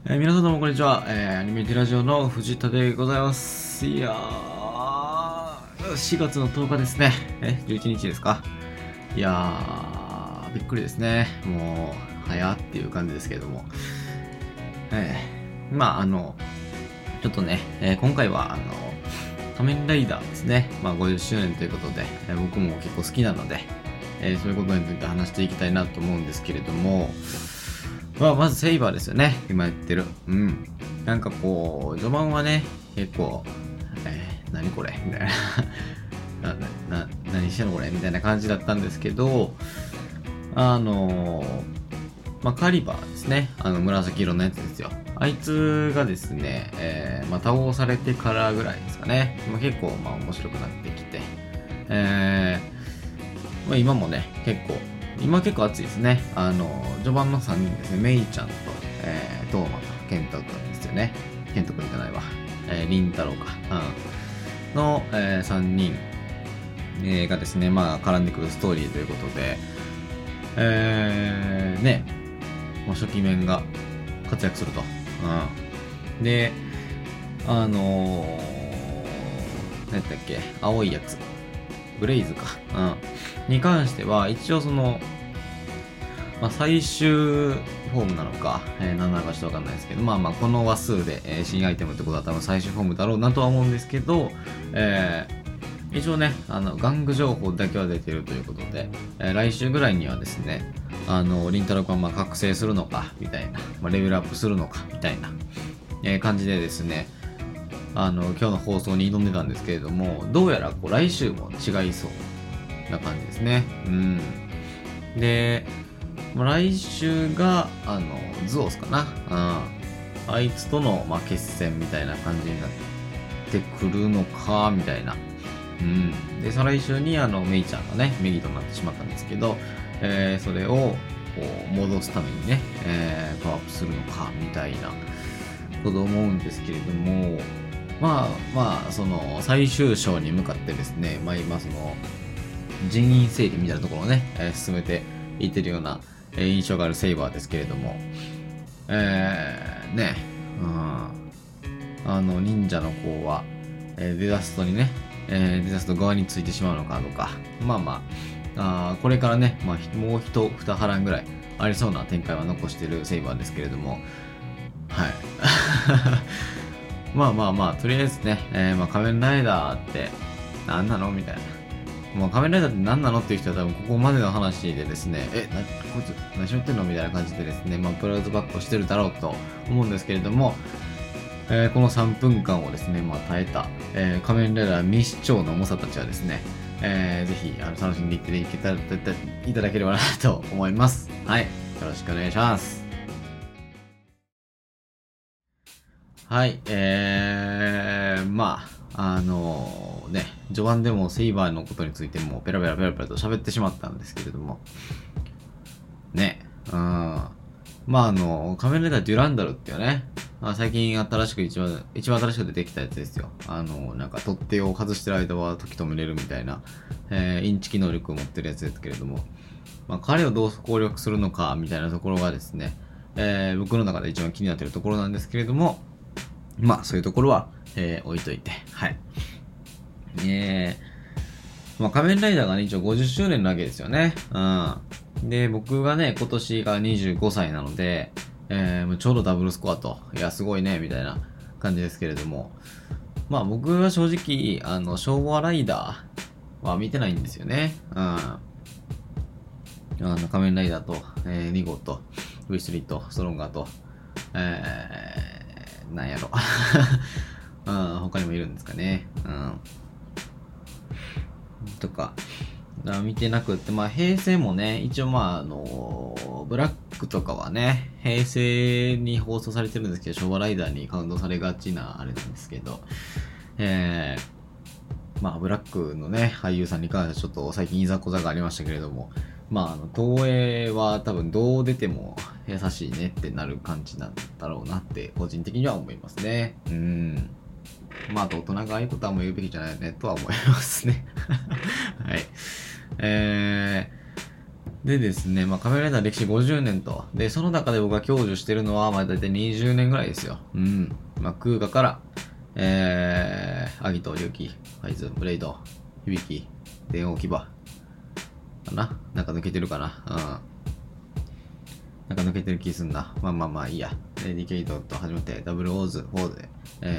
皆さんどうもこんにちは、アニメテラジオの藤田でございます。いやー、4月の10日ですね。11日ですか。いやー、びっくりですね。もう、早っていう感じですけれども。ちょっとね、今回は、仮面ライダーですね。50周年ということで、僕も結構好きなので、そういうことについて話していきたいなと思うんですけれども、まずセイバーですよね。今やってる。なんかこう、序盤はね、結構、何これみたいな。何してんのこれみたいな感じだったんですけど、カリバーですね。紫色のやつですよ。あいつがですね、倒されてからぐらいですかね。結構、面白くなってきて、今もね、今結構熱いですね。序盤の3人ですね。メイちゃんと、トーマとケンタくんですよね。ケンタくんじゃないわ。リンタロウか。の、3人、がですね、絡んでくるストーリーということで、初期面が活躍すると。で、何やったっけ、青いやつ。ブレイズか。に関しては、一応最終フォームなのか、何なのかちょっとわかんないですけど、この話数で、新アイテムってことは多分最終フォームだろうなとは思うんですけど、一応ね、玩具情報だけは出てるということで、来週ぐらいにはですね、リンタロウ君は覚醒するのか、みたいな、レベルアップするのか、みたいな、感じでですね、今日の放送に挑んでたんですけれども、どうやら来週も違いそうな感じですね。で、来週が、ズオスかな。あいつとの、決戦みたいな感じになってくるのか、みたいな。で、再来週にメイちゃんがね、メギとなってしまったんですけど、それを戻すためにね、パワーアップするのか、みたいなこと思うんですけれども、最終章に向かってですね、今人員整理みたいなところをね、進めていってるような、印象があるセイバーですけれども、忍者の子は、デザストにね、デザスト側についてしまうのかとか、これからね、もう一波乱ぐらいありそうな展開は残しているセイバーですけれども、はい。とりあえずね、仮面ライダーって何なのみたいな。仮面ライダーって何なのっていう人は多分ここまでの話でですね、こいつ何しろってんのみたいな感じでですね、プラウズバックをしてるだろうと思うんですけれども、この3分間をですね、耐えた、仮面ライダー未視聴の猛者たちはですね、ぜひ楽しんでいっていただければなと思います。はい。よろしくお願いします。はい。序盤でもセイバーのことについてもペラペラと喋ってしまったんですけれども、ね。仮面ライダーデュランダルっていうね、最近一番新しく出てきたやつですよ。取っ手を外してる間は時止めれるみたいな、インチキ能力を持ってるやつですけれども、彼をどう攻略するのかみたいなところがですね、僕の中で一番気になっているところなんですけれども、そういうところは、置いといて、はい。仮面ライダーがね、一応50周年なわけですよね。で、僕がね、今年が25歳なので、ちょうどダブルスコアと、いや、すごいね、みたいな感じですけれども、僕は正直、昭和ライダーは見てないんですよね。仮面ライダーと、2号と、ウィスリーと、ストロンガーと、なんやろ。他にもいるんですかね。とか、見てなくって、平成もね、一応ブラックとかはね、平成に放送されてるんですけど、昭和ライダーにカウントされがちなあれなんですけど、ブラックのね、俳優さんに関してはちょっと最近いざこざがありましたけれども、東映は多分どう出ても優しいねってなる感じなんだろうなって個人的には思いますね。あと大人がああいうことはもう言うべきじゃないよねとは思いますね。はい。 でですね、仮面ライダー歴史50年と。で、その中で僕が享受してるのは、だいたい20年ぐらいですよ。空ガから、アギト、リュウキ、ファイズ、ブレイド、響き、電王、牙。かななんか抜けてるかななんか抜けてる気すんな。いいや。ディケイドと始まって、ダブルオーズ、4で、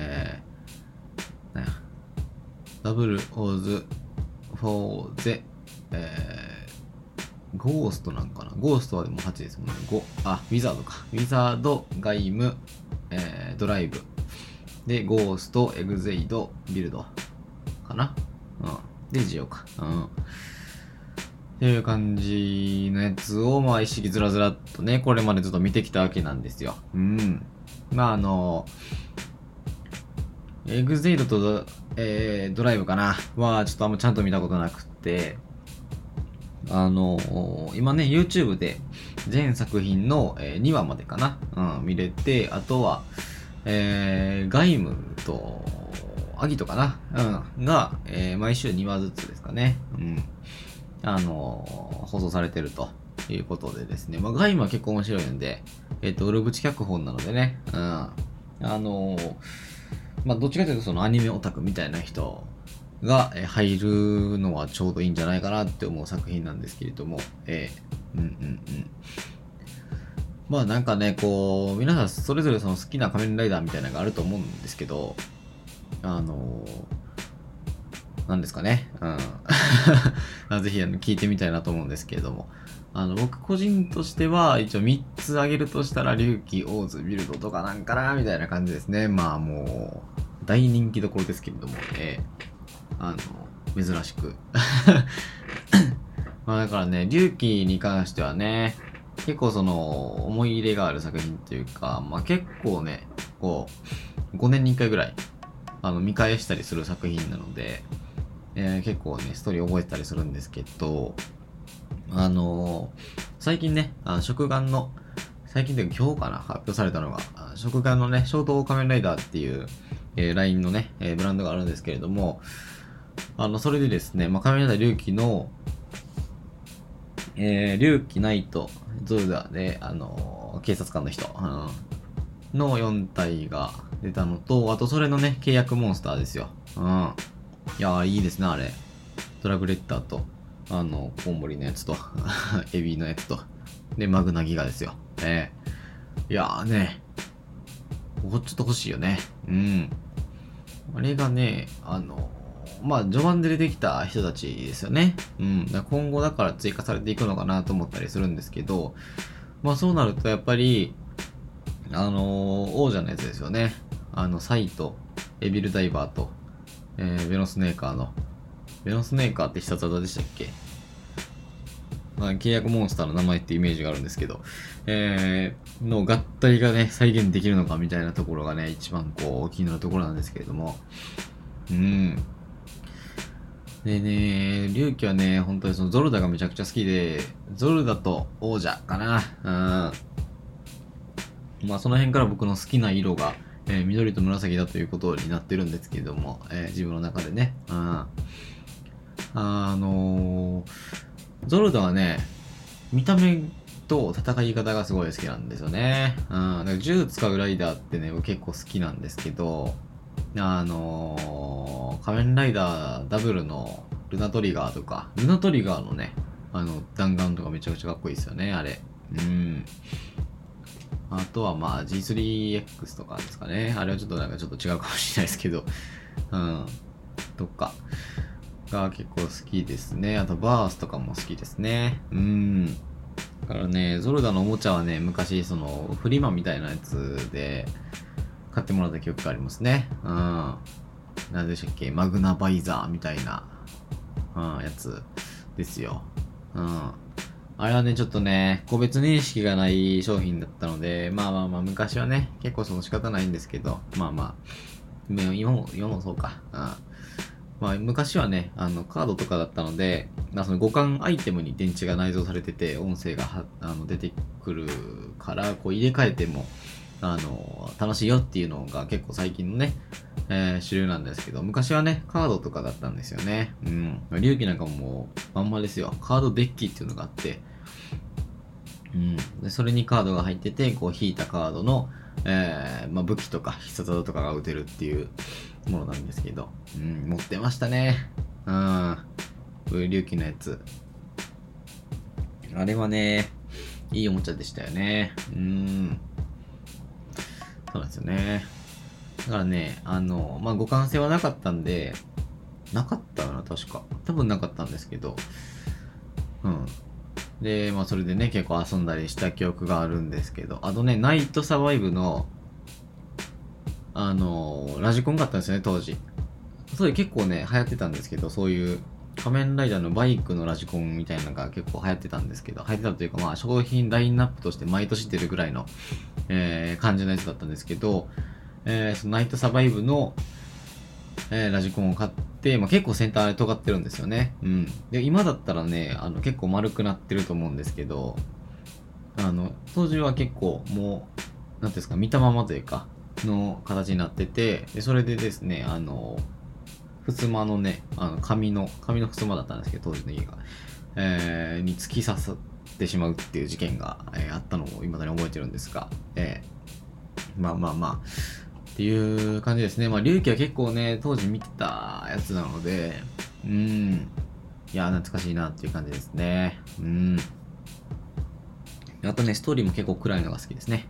ダブルオーズ、4で、ゴーストなんかなゴーストはでも8ですもんね。ウィザードか。ウィザード、ガイム、ドライブ。で、ゴースト、エグゼイド、ビルド。かなで、ジオか。っていう感じのやつを、一式ずらずらっとね、これまでずっと見てきたわけなんですよ。エグゼイドとドライブかなは、ちょっとあんまちゃんと見たことなくて、今ね、YouTube で全作品の、2話までかな見れて、あとは、ガイムと、アギトかなが、毎週2話ずつですかね。放送されてるということでですね。ガイムは結構面白いんで、ウルブチ脚本なのでね、どっちかというとそのアニメオタクみたいな人が入るのはちょうどいいんじゃないかなって思う作品なんですけれども、なんかね、こう、皆さんそれぞれその好きな仮面ライダーみたいなのがあると思うんですけど、なんですかね。ぜひ聞いてみたいなと思うんですけれども。僕個人としては、一応3つ挙げるとしたら、龍騎、オーズ、ビルドとかなんかな、みたいな感じですね。もう、大人気どころですけれども、珍しく。だからね、龍騎に関してはね、結構その、思い入れがある作品っていうか、結構ね、こう、5年に1回ぐらい、見返したりする作品なので、結構ね、ストーリー覚えてたりするんですけど、最近ね、食玩の、最近で今日かな、発表されたのが、食玩のね、ショート仮面ライダーっていう、ラインのね、ブランドがあるんですけれども、それでですね、仮面ライダー龍騎の、龍騎ナイト、ゾルダで、警察官の人、の4体が出たのと、あとそれのね、契約モンスターですよ。いやー、いいですね、あれ。ドラグレッターと、コウモリのやつと、エビのやつと、で、マグナギガですよ。いやーね、ちょっと欲しいよね。あれがね、序盤で出てきた人たちですよね。今後だから追加されていくのかなと思ったりするんですけど、そうなるとやっぱり、王者のやつですよね。サイと、エビルダイバーと、ベノスネーカーの。ベノスネーカーって必殺技でしたっけ契約モンスターの名前ってイメージがあるんですけど、の合体がね、再現できるのかみたいなところがね、一番こう、気になるところなんですけれども。でね、龍騎はね、本当にそのゾルダがめちゃくちゃ好きで、ゾルダと王者かな。その辺から僕の好きな色が、緑と紫だということになってるんですけれども、自分の中でね。ゾルダはね、見た目と戦い方がすごい好きなんですよね。だから銃使うライダーってね、僕結構好きなんですけど、仮面ライダーダブルのルナトリガーとか、ルナトリガーのね、弾丸とかめちゃくちゃかっこいいですよね、あれ。あとはG3X とかですかね。あれはちょっと違うかもしれないですけど、とかが結構好きですね。あとバースとかも好きですね。だからね、ゾルダのおもちゃはね、昔そのフリマみたいなやつで買ってもらった記憶がありますね。何でしたっけ、マグナバイザーみたいな、やつですよ。あれはね、ちょっとね、個別認識がない商品だったので、昔はね、結構その仕方ないんですけど、今もそうか。昔はね、カードとかだったので、その互換アイテムに電池が内蔵されてて、音声が出てくるから、こう入れ替えても、楽しいよっていうのが結構最近のね、主流なんですけど、昔はね、カードとかだったんですよね。龍騎なんかもまんまですよ。カードデッキっていうのがあって、 でそれにカードが入ってて、こう引いたカードの、武器とか必殺技とかが打てるっていうものなんですけど、持ってましたね。龍騎のやつ。あれはね、いいおもちゃでしたよね。そうなんですよね。だからね、互換性はなかったんで、なかったかな、確か。多分なかったんですけど、で、それでね、結構遊んだりした記憶があるんですけど、あとね、ナイトサバイブの、ラジコンがあったんですよね、当時。それ結構ね、流行ってたんですけど、そういう仮面ライダーのバイクのラジコンみたいなのが結構流行ってたんですけど、流行ってたというか、商品ラインナップとして毎年出るぐらいの、感じのやつだったんですけど、そのナイトサバイブの、ラジコンを買って、結構先端尖ってるんですよね。で、今だったらね、結構丸くなってると思うんですけど、当時は結構もう、なんていうんですか、見たままというか、の形になってて、で、それでですね、襖のね、紙の襖だったんですけど、当時の家が、に突き刺さってしまうっていう事件が、あったのを未だに覚えてるんですが、っていう感じですね。龍騎は結構ね、当時見てたやつなので、いや、懐かしいなっていう感じですね。あとね、ストーリーも結構暗いのが好きですね。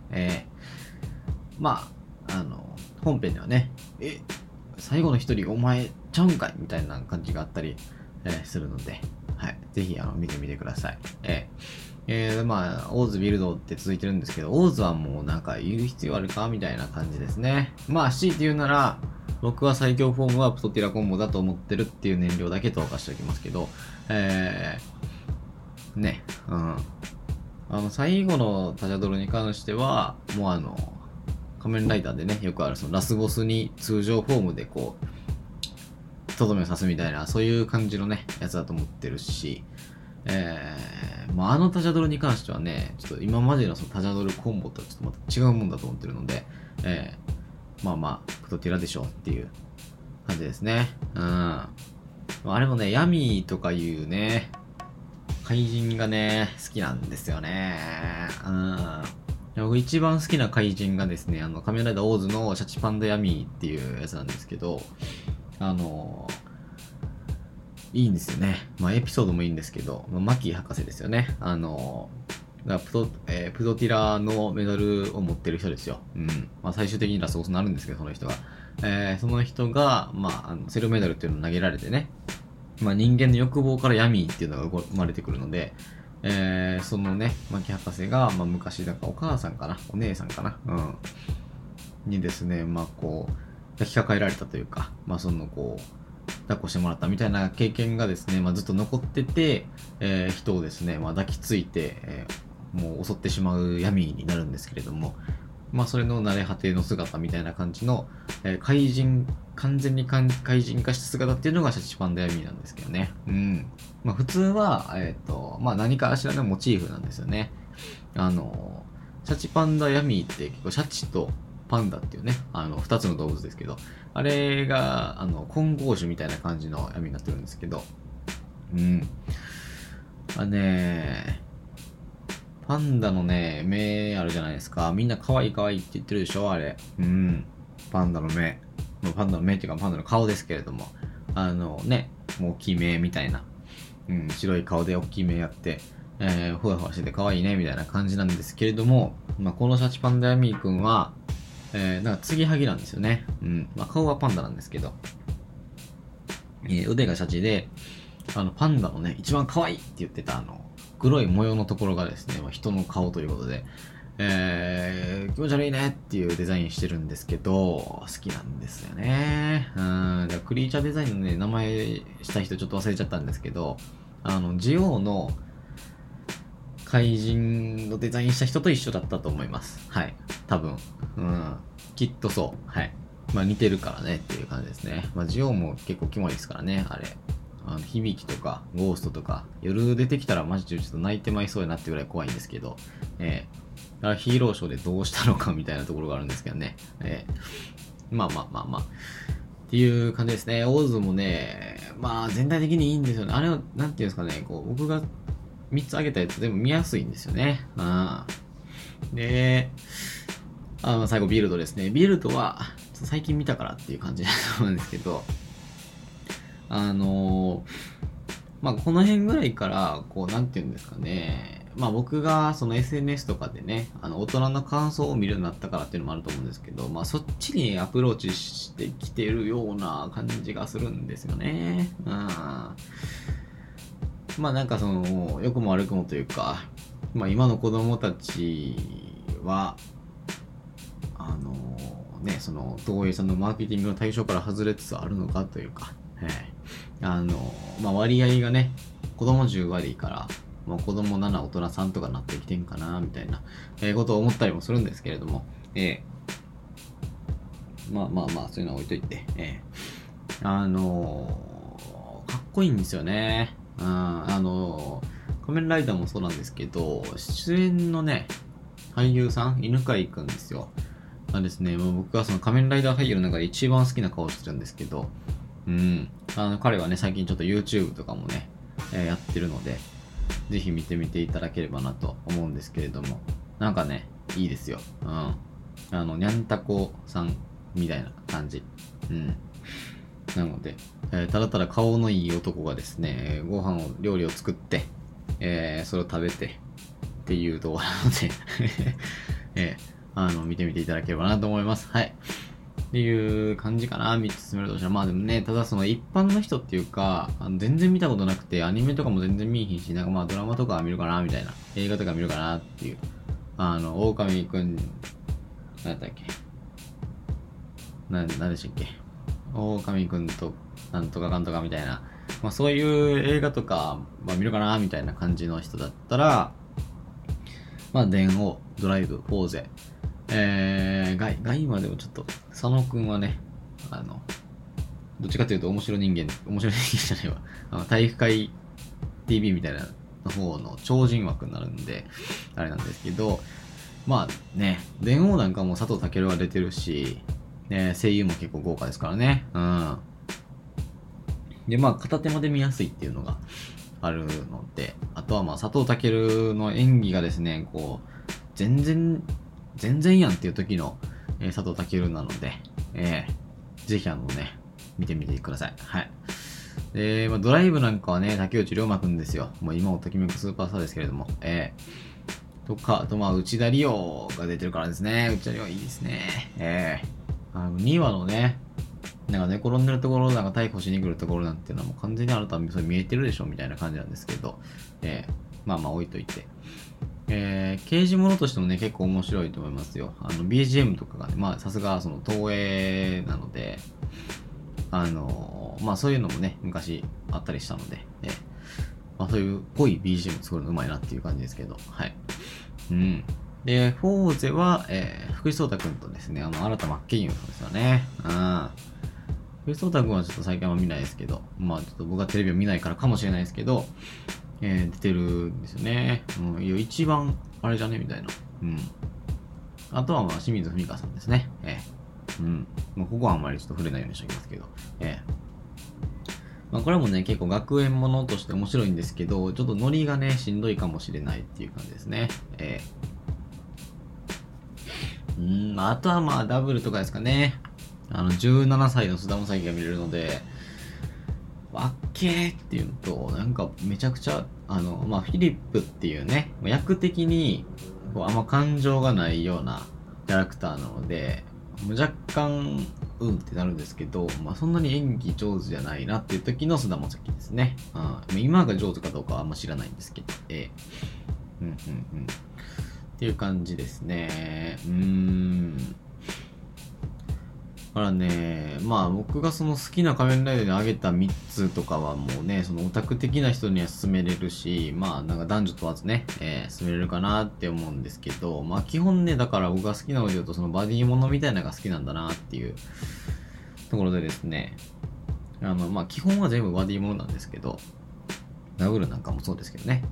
本編ではね、最後の一人お前ちゃうんかいみたいな感じがあったり、するので、はい。ぜひ、見てみてください。オーズビルドって続いてるんですけど、オーズはもうなんか言う必要あるかみたいな感じですね。強いて言うなら、僕は最強フォームはプトティラコンボだと思ってるっていう燃料だけ投下しておきますけど、最後のタジャドルに関しては、もう仮面ライダーでね、よくあるそのラスボスに通常フォームでこう、とどめを刺すみたいな、そういう感じのね、やつだと思ってるし、タジャドルに関してはね、ちょっと今までのそのタジャドルコンボとはちょっとまた違うもんだと思ってるので、プトティラでしょっていう感じですね。あれもね、ヤミーとかいうね、怪人がね、好きなんですよね。僕一番好きな怪人がですね、仮面ライダーオーズのシャチパンダヤミーっていうやつなんですけど、いいんですよね。エピソードもいいんですけど、マキ博士ですよね。プトティラのメダルを持ってる人ですよ。最終的にラスボスになるんですけど、その人が。その人が、セルメダルっていうのを投げられてね、人間の欲望から闇っていうのが生まれてくるので、そのね、マキ博士が、昔、お母さんかな、お姉さんかな、にですね、抱きかかえられたというか、抱っこしてもらったみたいな経験がですね、ずっと残ってて、人をですね、抱きついて、もう襲ってしまう闇になるんですけれども、それの慣れ果ての姿みたいな感じの、完全に怪人化した姿っていうのがシャチパンダ闇なんですけどね。普通は、何かしらのモチーフなんですよね。シャチパンダ闇って結構シャチとパンダっていうね、二つの動物ですけど、あれが、混合種みたいな感じの闇になってるんですけど、パンダのね、目あるじゃないですか。みんな可愛い可愛いって言ってるでしょあれ。パンダの目。パンダの目っていうかパンダの顔ですけれども。もう大きい目みたいな。白い顔で大きい目やって、ふわふわしてて可愛いねみたいな感じなんですけれども、このシャチパンダヤミーくんは、なんか継ぎはぎなんですよね。顔はパンダなんですけど、腕がシャチで、パンダのね、一番可愛いって言ってた黒い模様のところがですね、人の顔ということで、気持ち悪いねっていうデザインしてるんですけど、好きなんですよね。クリーチャーデザインのね、名前した人ちょっと忘れちゃったんですけど、ジオウの怪人のデザインした人と一緒だったと思います。はい。多分。きっとそう。はい。似てるからねっていう感じですね。ジオウも結構キモいですからね、あれ。響きとか、ゴーストとか、夜出てきたらマジでちょっと泣いてまいそうやなってぐらい怖いんですけど、ヒーローショーでどうしたのかみたいなところがあるんですけどね。っていう感じですね。オーズもね、全体的にいいんですよね。あれは、なんていうんですかね、僕が 3つ挙げたやつ全部見やすいんですよね。で、最後ビルドですね。ビルドは、最近見たからっていう感じだと思うんですけど、まあ、この辺ぐらいから、こう、なんていうんですかね。まあ、僕が、その SNS とかでね、大人の感想を見るようになったからっていうのもあると思うんですけど、まあ、そっちにアプローチしてきてるような感じがするんですよね。まあ、なんかその、良くも悪くもというか、まあ、今の子供たちは、その、東映さんのマーケティングの対象から外れつつあるのかというか、まあ、割合がね、子供10割から、まあ、子供7、大人3とかなってきてんかな、みたいな、ことを思ったりもするんですけれども、まあまあまあ、そういうのは置いといて、かっこいいんですよね。仮面ライダーもそうなんですけど、出演のね、俳優さん、犬飼くんですよ。ですね、もう僕はその仮面ライダー俳優の中で一番好きな顔してるんですけど、彼はね、最近ちょっと YouTube とかもね、やってるので、ぜひ見てみていただければなと思うんですけれども、なんかね、いいですよ。にゃんたこさんみたいな感じ。なので、ただただ顔のいい男がですね、料理を作って、それを食べてっていう動画なので、見てみていただければなと思います。はい。っていう感じかな、3つ進めるとしたら。まあでもね、ただその一般の人っていうか、全然見たことなくて、アニメとかも全然見えひんし、なんかまあドラマとかは見るかな、みたいな。映画とか見るかなっていう。狼くん、なんだっけ。なんでしたっけ。狼くんと、なんとかかんとかみたいな。まあそういう映画とか、まあ見るかな、みたいな感じの人だったら、まあ電王、ドライブ、フォーゼ、ガイまでもちょっと、佐野くんはね、どっちかというと面白い人間じゃないわ。体育会 TV みたいなの方の超人枠になるんで、あれなんですけど、まあね、電王なんかも佐藤健は出てるし、声優も結構豪華ですからね。で、まあ片手間で見やすいっていうのがあるので、あとはまあ佐藤健の演技がですね、こう、全然やんっていう時の、佐藤健なので、ぜひ見てみてください。はい。で、まあ、ドライブなんかはね、竹内涼真くんですよ。もう今をときめくスーパースターですけれども、とか、あとまあ、内田理央が出てるからですね。内田理央いいですね。2話のね、なんか寝転んでるところ、なんか逮捕しに来るところなんていうのはもう完全にあなたはそれ見えてるでしょみたいな感じなんですけど、まあまあ置いといて。刑事物としてもね、結構面白いと思いますよ。BGM とかがね、まあさすがその東映なので、まあそういうのもね、昔あったりしたので、まあそういう濃い BGM 作るのうまいなっていう感じですけど、はい。で、フォーゼは、福井壮太くんとですね、新田真剣佑さんですよね。福井壮太くんはちょっと最近は見ないですけど、まあちょっと僕はテレビを見ないからかもしれないですけど、出てるんですよね。いや、一番、あれじゃねみたいな。あとは、まあ、清水文香さんですね。まあ、ここはあんまりちょっと触れないようにしておきますけど。まあ、これもね、結構学園ものとして面白いんですけど、ちょっとノリがね、しんどいかもしれないっていう感じですね。あとはまあ、ダブルとかですかね。17歳の菅田将暉が見れるので、わっけーっていうのと、なんかめちゃくちゃ、まあ、フィリップっていうね、役的に、こう、あんま感情がないようなキャラクターなので、若干、ってなるんですけど、まあ、そんなに演技上手じゃないなっていう時の菅田将暉ですね。今が上手かどうかはあんま知らないんですけど、っていう感じですね。だからね、まあ僕がその好きな仮面ライダーに挙げた3つとかはもうね、そのオタク的な人には勧めれるし、まあなんか男女問わずね、勧めれるかなって思うんですけど、まあ基本ね、だから僕が好きなので言うとそのバディものみたいなのが好きなんだなっていうところでですね、まあ基本は全部バディものなんですけど、ダブルなんかもそうですけどね、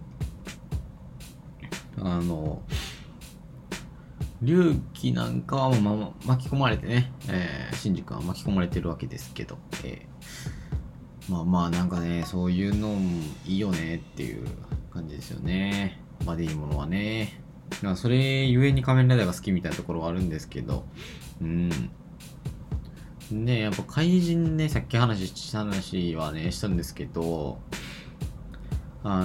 龍騎なんかは巻き込まれてね、シンジ君は巻き込まれてるわけですけど、まあまあなんかね、そういうのいいよねっていう感じですよね。バディものはね。それゆえに仮面ライダーが好きみたいなところはあるんですけど、ね、やっぱ怪人ね、さっきした話はね、したんですけど、あ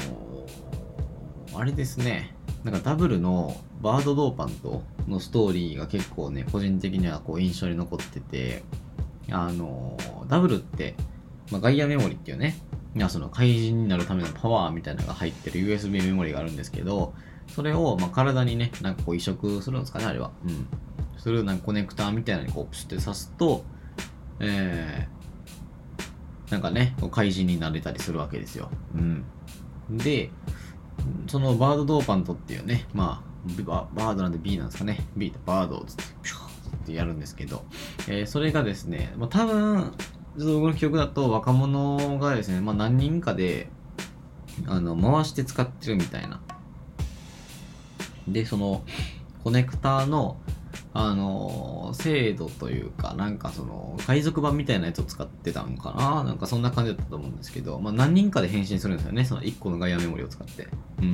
れですね、なんかダブルのバードドーパントのストーリーが結構ね、個人的にはこう印象に残ってて、ダブルって、ガイアメモリっていうね、その怪人になるためのパワーみたいなのが入ってる USB メモリがあるんですけど、それを体にね、なんかこう移植するんですかね、あれは。するなんかコネクターみたいなのにこうプシュって刺すと、なんかね、怪人になれたりするわけですよ。で、そのバードドーパントっていうね、バードなんで B なんですかね。B とバードをつって、ピューってやるんですけど、それがですね、多分、僕の記憶だと若者がですね、何人かで、回して使ってるみたいな。で、その、コネクターの、精度というか、なんかその、海賊版みたいなやつを使ってたのかな、なんかそんな感じだったと思うんですけど、何人かで変身するんですよね、その1個のガイアメモリを使って。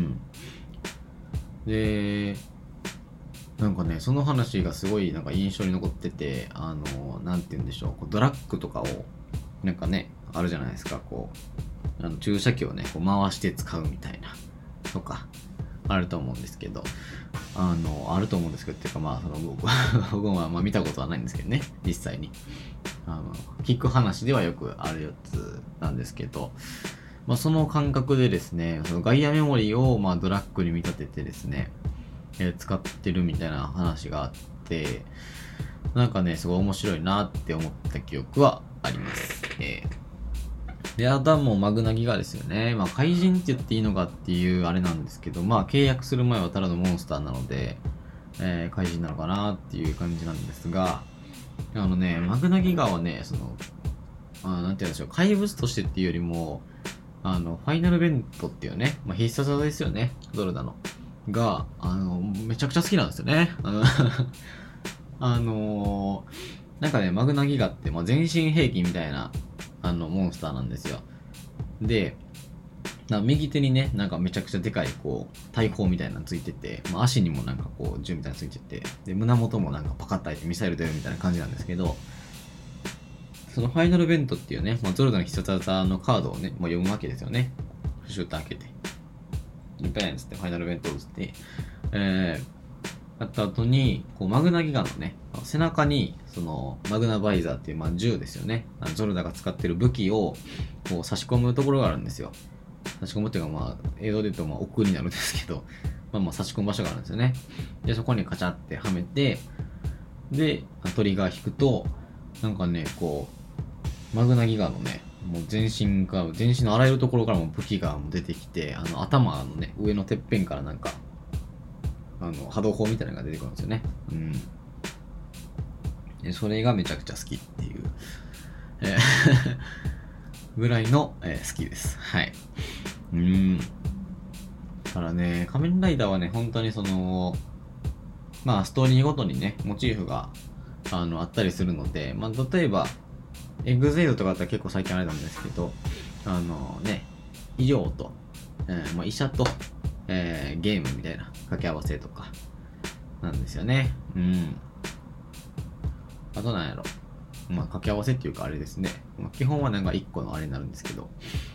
で、なんかね、その話がすごいなんか印象に残ってて、なんて言うんでしょう、こうドラッグとかを、なんかね、あるじゃないですか、こう、注射器をね、こう回して使うみたいな、とか、あると思うんですけど、あると思うんですけど、っていうかその僕は見たことはないんですけどね、実際に。聞く話ではよくあるやつなんですけど、その感覚でですね、そのガイアメモリをドラッグに見立ててですね、使ってるみたいな話があって、なんかね、すごい面白いなって思った記憶はあります。で、あとはもうマグナギガですよね。怪人って言っていいのかっていうあれなんですけど、契約する前はただのモンスターなので、怪人なのかなっていう感じなんですが、マグナギガはね、その、なんて言うんでしょう、怪物としてっていうよりも、ファイナルベントっていうね、必殺技ですよね、ゾルダの。が、めちゃくちゃ好きなんですよね。なんかね、マグナギガって、全身兵器みたいな、モンスターなんですよ。で、右手にね、なんかめちゃくちゃでかい、こう、大砲みたいなのついてて、足にもなんかこう、銃みたいなのついてて、で、胸元もなんかパカッと開いてミサイル出るみたいな感じなんですけど、そのファイナルベントっていうね、ゾルダの必殺技のカードをね、読むわけですよね。シューッと開けて。いっぱいなんつって、ファイナルベントを打って、やった後に、こう、マグナギガのね、背中に、その、マグナバイザーっていう、銃ですよね。ゾルダが使ってる武器を、こう、差し込むところがあるんですよ。差し込むっていうか、映像で言うと、奥になるんですけど、差し込む場所があるんですよね。で、そこにカチャってはめて、で、トリガー引くと、なんかね、こう、マグナギガのね、もう全身のあらゆるところからも武器が出てきて、頭のね、上のてっぺんからなんか、波動砲みたいなのが出てくるんですよね。でそれがめちゃくちゃ好きっていう、ぐらいの、好きです。はい。だからね、仮面ライダーはね、本当にその、ストーリーごとにね、モチーフが、あったりするので、例えば、エグゼイドとかだったら結構最近あれなんですけど、医療と、医者と、ゲームみたいな掛け合わせとか、なんですよね。あとなんやろ。掛け合わせっていうかあれですね。基本はなんか1個のあれになるんですけど。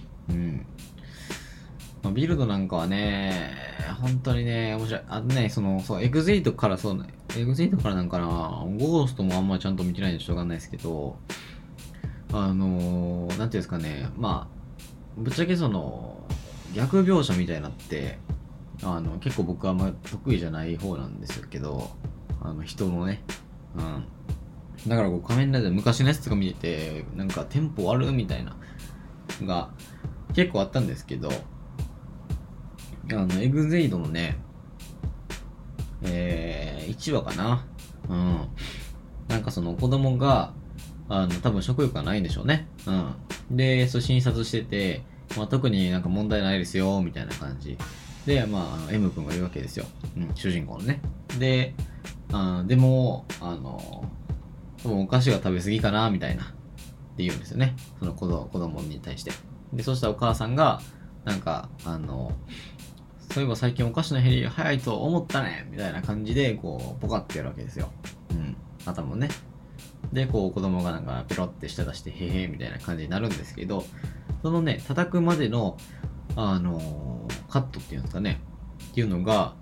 ビルドなんかはね、本当にね、面白い。エグゼイトからなんかな、ゴーストもあんまりちゃんと見てないんでしょうがないですけど、なんていうんですかね、ぶっちゃけ逆描写みたいなって、結構僕はあんま得意じゃない方なんですけど、人のね、だから仮面ライダー昔のやつとか見てて、なんかテンポ悪いみたいな、が結構あったんですけど、エグゼイドのね、1話かな。なんかその子供が、多分食欲がないんでしょうね。で、診察してて、特になんか問題ないですよ、みたいな感じ。で、M 君が言うわけですよ。主人公のね。で、でも、多分お菓子が食べ過ぎかな、みたいな。って言うんですよね。その子供に対して。で、そしたらお母さんが、 なんか、そういえば最近お菓子の減りが早いと思ったねみたいな感じで、こう、ポカってやるわけですよ。うん。頭をね。で、こう、子供がなんか、ペロって舌出して、へへみたいな感じになるんですけど、そのね、叩くまでの、カットっていうんですかね、っていうのが、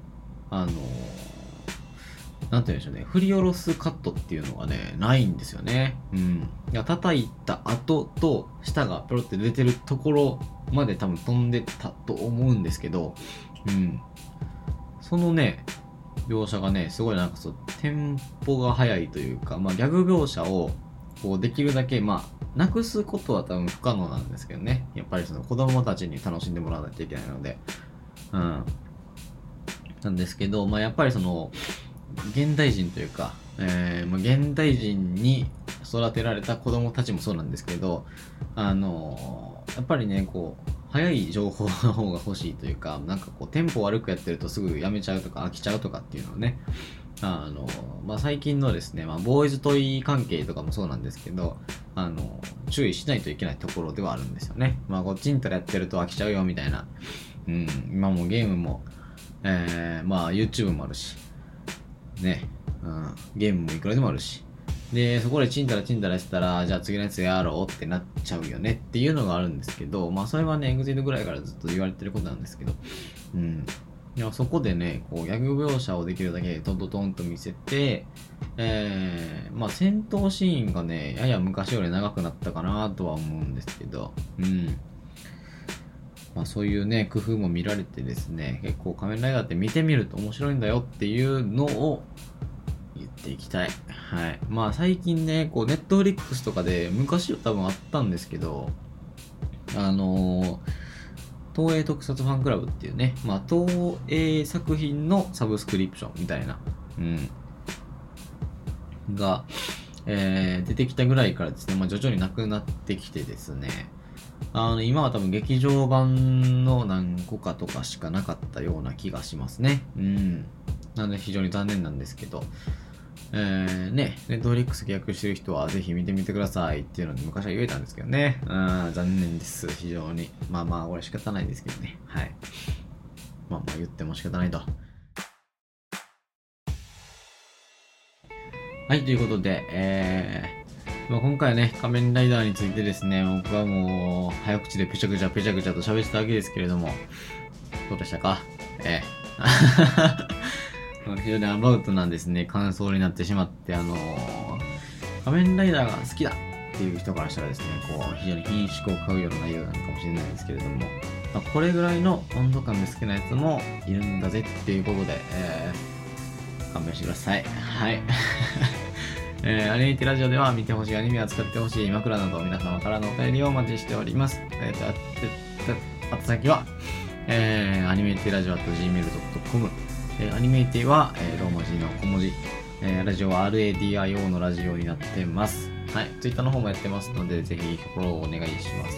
なんて言うんでしょうね、振り下ろすカットっていうのがね、ないんですよね。うん。いや、叩いた後と、舌がペロって出てるところまで多分飛んでたと思うんですけど、うん。そのね、描写がね、すごいなんかそう、テンポが速いというか、まあ、ギャグ描写を、こう、できるだけ、まあ、なくすことは多分不可能なんですけどね。やっぱりその子供たちに楽しんでもらわないといけないので。うん。なんですけど、まあ、やっぱりその、現代人というか、まあ、現代人に育てられた子供たちもそうなんですけど、やっぱりね、こう、早い情報の方が欲しいというか、なんかこう、テンポ悪くやってるとすぐやめちゃうとか飽きちゃうとかっていうのをね、まあ、最近のですね、まあ、ボーイズトイ関係とかもそうなんですけど、注意しないといけないところではあるんですよね。まあ、こっちんたらやってると飽きちゃうよみたいな。うん、今もゲームも、まあ、YouTube もあるし、ね、うん、ゲームもいくらでもあるし。で、そこでチンタラチンタラしてたら、じゃあ次のやつやろうってなっちゃうよねっていうのがあるんですけど、まあそれはね、エグゼルぐらいからずっと言われてることなんですけど、うん。いやそこでね、こう、ギャグ描写をできるだけトントンと見せて、まあ戦闘シーンがね、やや昔より長くなったかなとは思うんですけど、うん。まあそういうね、工夫も見られてですね、結構仮面ライダーって見てみると面白いんだよっていうのを言っていきたい。はい。まあ最近ね、こう、ネットフリックスとかで昔は多分あったんですけど、東映特撮ファンクラブっていうね、まあ東映作品のサブスクリプションみたいな、うん。が、出てきたぐらいからですね、まあ徐々になくなってきてですね、今は多分劇場版の何個かとかしかなかったような気がしますね。うん。なので非常に残念なんですけど、ね、ネットフリックス契約してる人はぜひ見てみてくださいっていうのに昔は言えたんですけどね。残念です。非常に。まあまあ、これ仕方ないですけどね。はい。まあまあ言っても仕方ないと。はい、ということで、まあ、今回はね、仮面ライダーについてですね、僕はもう、早口でペチャクチャペチャクチャと喋ってたわけですけれども、どうでしたか？非常にアバウトなんですね、感想になってしまって、仮面ライダーが好きだっていう人からしたらですね、こう、非常に品種を買うような内容なのかもしれないですけれども、まあ、これぐらいの温度感で好きなやつもいるんだぜっていうことで、勘弁してください。はい。アニメティラジオでは見てほしいアニメを使ってほしい枕など皆様からのお便りをお待ちしております。あと先は、アニメティラジオ .gmail.com アニメティは、ローマ字の小文字、ラジオは RADIO のラジオになってます。はい。Twitter の方もやってますので、ぜひフォローお願いします。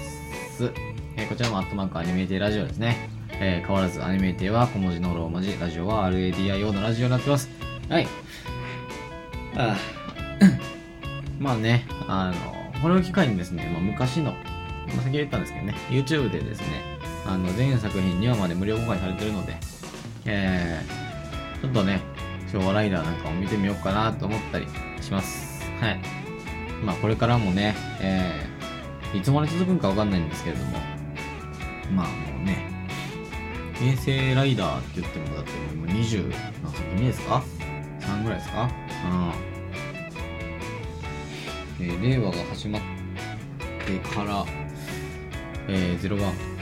こちらもアットマークアニメティラジオですね。変わらずアニメティは小文字のローマ字、ラジオは RADIO のラジオになってます。はい。まあね、これを機会にですね、まあ、昔の、先ほど言ったんですけどね、YouTube でですね、全作品2話まで無料公開されてるので、ちょっとね、昭和ライダーなんかを見てみようかなと思ったりします。はい。まあこれからもね、いつまで続くんかわかんないんですけれども、まあもうね、平成ライダーって言ってもだってもう今20何作品目ですか ?3 ぐらいですか？令和が始まってから、01、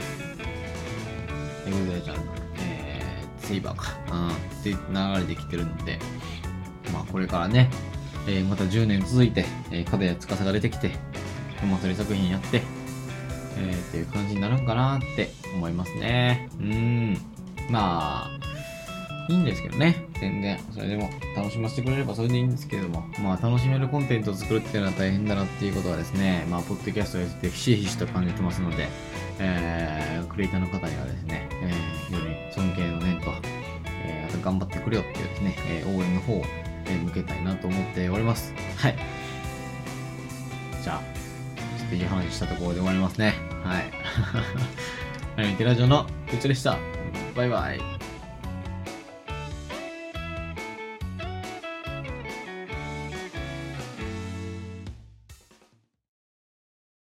エグゼルちゃん、セイバーか、って流れできてるので、まあこれからね、また10年続いて、角谷司が出てきて、お祭り作品やって、っていう感じになるんかなって思いますね。まあ、いいんですけどね。全然。それでも楽しませてくれればそれでいいんですけれども。まあ楽しめるコンテンツを作るっていうのは大変だなっていうことはですね、まあポッドキャストをやってひしひしと感じてますので、クリエイターの方にはですね、非常に尊敬の念と、あと頑張ってくれよっていうですね、応援の方を、向けたいなと思っております。はい。じゃあ、ちょっといい話したところで終わりますね。はい。 アニメテラジオのうちでした。バイバイ。